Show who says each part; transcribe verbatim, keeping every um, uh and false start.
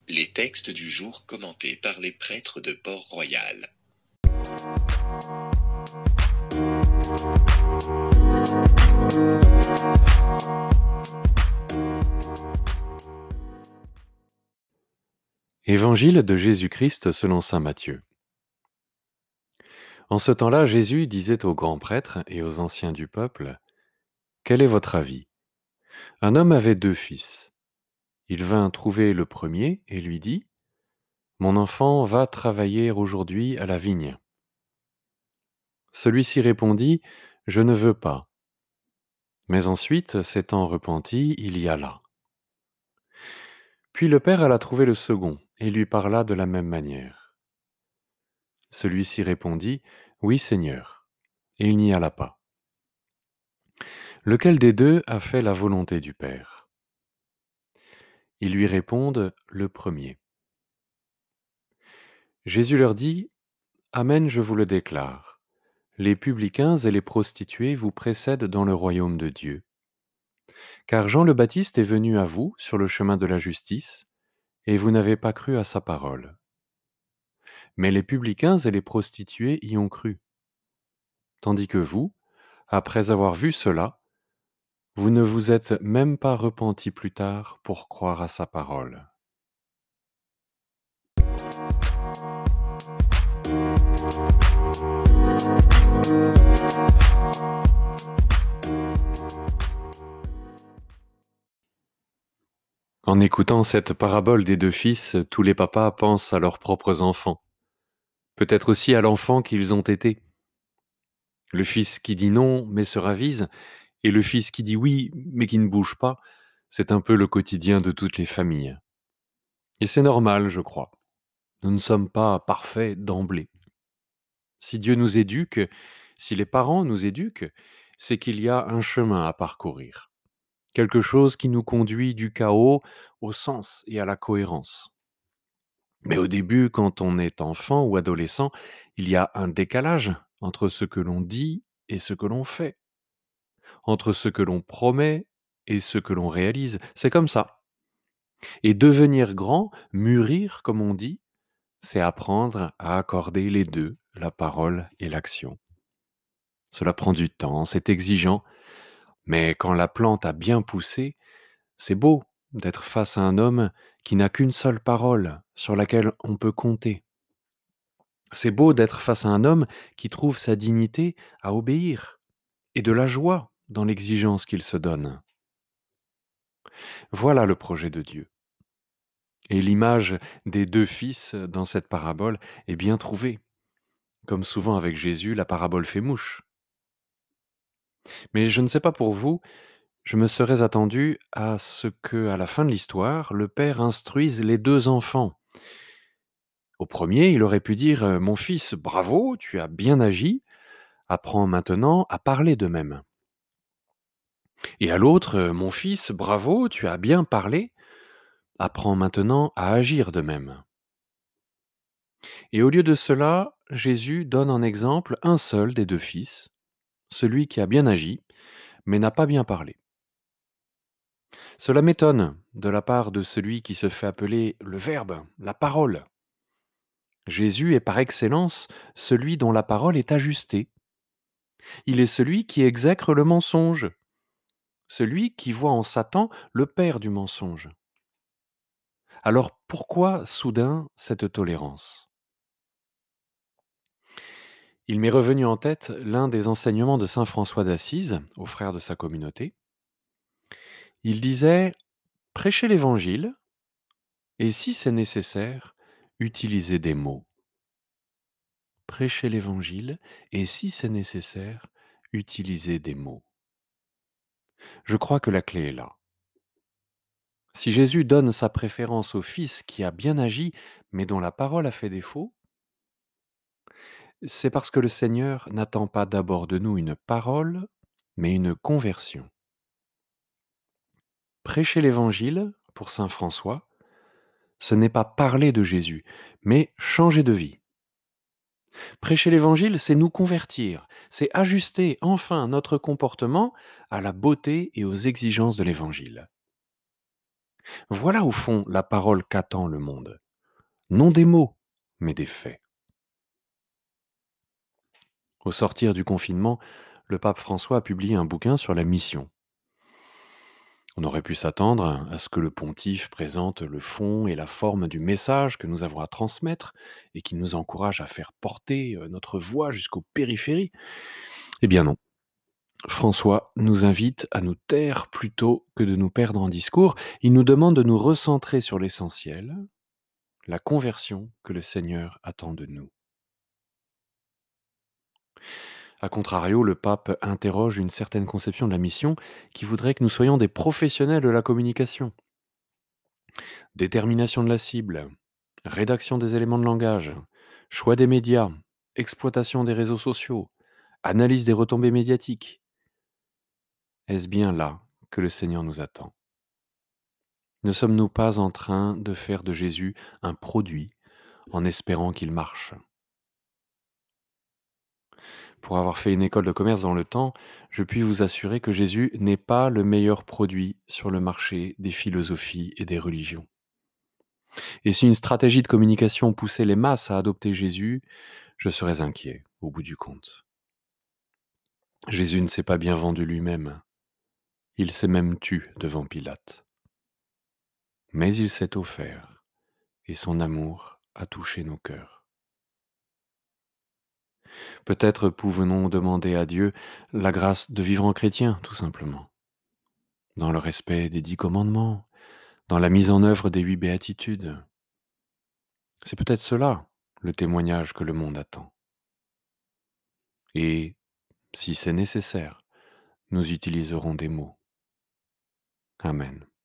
Speaker 1: Les textes du jour commentés par les prêtres de Port-Royal.
Speaker 2: Évangile de Jésus-Christ selon saint Matthieu. En ce temps-là, Jésus disait aux grands prêtres et aux anciens du peuple, « Quel est votre avis ? Un homme avait deux fils. Il vint trouver le premier et lui dit, « Mon enfant va travailler aujourd'hui à la vigne. » Celui-ci répondit, « Je ne veux pas. » Mais ensuite, s'étant repenti, il y alla. Puis le père alla trouver le second et lui parla de la même manière. Celui-ci répondit, « Oui, Seigneur. » Et il n'y alla pas. Lequel des deux a fait la volonté du Père ? Ils lui répondent, le premier. Jésus leur dit, Amen, je vous le déclare, les publicains et les prostituées vous précèdent dans le royaume de Dieu. Car Jean le Baptiste est venu à vous sur le chemin de la justice, et vous n'avez pas cru à sa parole. Mais les publicains et les prostituées y ont cru. Tandis que vous, après avoir vu cela, vous ne vous êtes même pas repentis plus tard pour croire à sa parole. En écoutant cette parabole des deux fils, tous les papas pensent à leurs propres enfants, peut-être aussi à l'enfant qu'ils ont été. Le fils qui dit non mais se ravise, et le fils qui dit oui mais qui ne bouge pas, c'est un peu le quotidien de toutes les familles. Et c'est normal, je crois. Nous ne sommes pas parfaits d'emblée. Si Dieu nous éduque, si les parents nous éduquent, c'est qu'il y a un chemin à parcourir. Quelque chose qui nous conduit du chaos au sens et à la cohérence. Mais au début, quand on est enfant ou adolescent, il y a un décalage entre ce que l'on dit et ce que l'on fait, entre ce que l'on promet et ce que l'on réalise. C'est comme ça. Et devenir grand, mûrir, comme on dit, c'est apprendre à accorder les deux, la parole et l'action. Cela prend du temps, c'est exigeant, mais quand la plante a bien poussé, c'est beau d'être face à un homme qui n'a qu'une seule parole sur laquelle on peut compter. C'est beau d'être face à un homme qui trouve sa dignité à obéir et de la joie dans l'exigence qu'il se donne. Voilà le projet de Dieu. Et l'image des deux fils dans cette parabole est bien trouvée. Comme souvent avec Jésus, la parabole fait mouche. Mais je ne sais pas pour vous, je me serais attendu à ce que, à la fin de l'histoire, le père instruise les deux enfants. Au premier, il aurait pu dire euh, « Mon fils, bravo, tu as bien agi, apprends maintenant à parler d'eux-mêmes. » Et à l'autre, euh, « Mon fils, bravo, tu as bien parlé, apprends maintenant à agir de même. » Et au lieu de cela, Jésus donne en exemple un seul des deux fils, celui qui a bien agi, mais n'a pas bien parlé. Cela m'étonne de la part de celui qui se fait appeler le Verbe, la parole. Jésus est par excellence celui dont la parole est ajustée. Il est celui qui exècre le mensonge, celui qui voit en Satan le père du mensonge. Alors pourquoi soudain cette tolérance ? Il m'est revenu en tête l'un des enseignements de saint François d'Assise aux frères de sa communauté. Il disait « Prêchez l'Évangile et si c'est nécessaire, utilisez des mots. Prêchez l'Évangile et si c'est nécessaire, utilisez des mots. » Je crois que la clé est là. Si Jésus donne sa préférence au Fils qui a bien agi, mais dont la parole a fait défaut, c'est parce que le Seigneur n'attend pas d'abord de nous une parole, mais une conversion. Prêcher l'Évangile, pour saint François, ce n'est pas parler de Jésus, mais changer de vie. Prêcher l'Évangile, c'est nous convertir, c'est ajuster enfin notre comportement à la beauté et aux exigences de l'Évangile. Voilà au fond la parole qu'attend le monde. Non des mots, mais des faits. Au sortir du confinement, le pape François a publié un bouquin sur la mission. On aurait pu s'attendre à ce que le pontife présente le fond et la forme du message que nous avons à transmettre et qui nous encourage à faire porter euh, notre voix jusqu'aux périphéries. Eh bien non. François nous invite à nous taire plutôt que de nous perdre en discours. Il nous demande de nous recentrer sur l'essentiel, la conversion que le Seigneur attend de nous. A contrario, le pape interroge une certaine conception de la mission qui voudrait que nous soyons des professionnels de la communication. Détermination de la cible, rédaction des éléments de langage, choix des médias, exploitation des réseaux sociaux, analyse des retombées médiatiques. Est-ce bien là que le Seigneur nous attend? Ne sommes-nous pas en train de faire de Jésus un produit en espérant qu'il marche? Pour avoir fait une école de commerce dans le temps, je puis vous assurer que Jésus n'est pas le meilleur produit sur le marché des philosophies et des religions. Et si une stratégie de communication poussait les masses à adopter Jésus, je serais inquiet au bout du compte. Jésus ne s'est pas bien vendu lui-même. Il s'est même tu devant Pilate. Mais il s'est offert, et son amour a touché nos cœurs. Peut-être pouvons-nous demander à Dieu la grâce de vivre en chrétien, tout simplement, dans le respect des dix commandements, dans la mise en œuvre des huit béatitudes. C'est peut-être cela, le témoignage que le monde attend. Et, si c'est nécessaire, nous utiliserons des mots. Amen.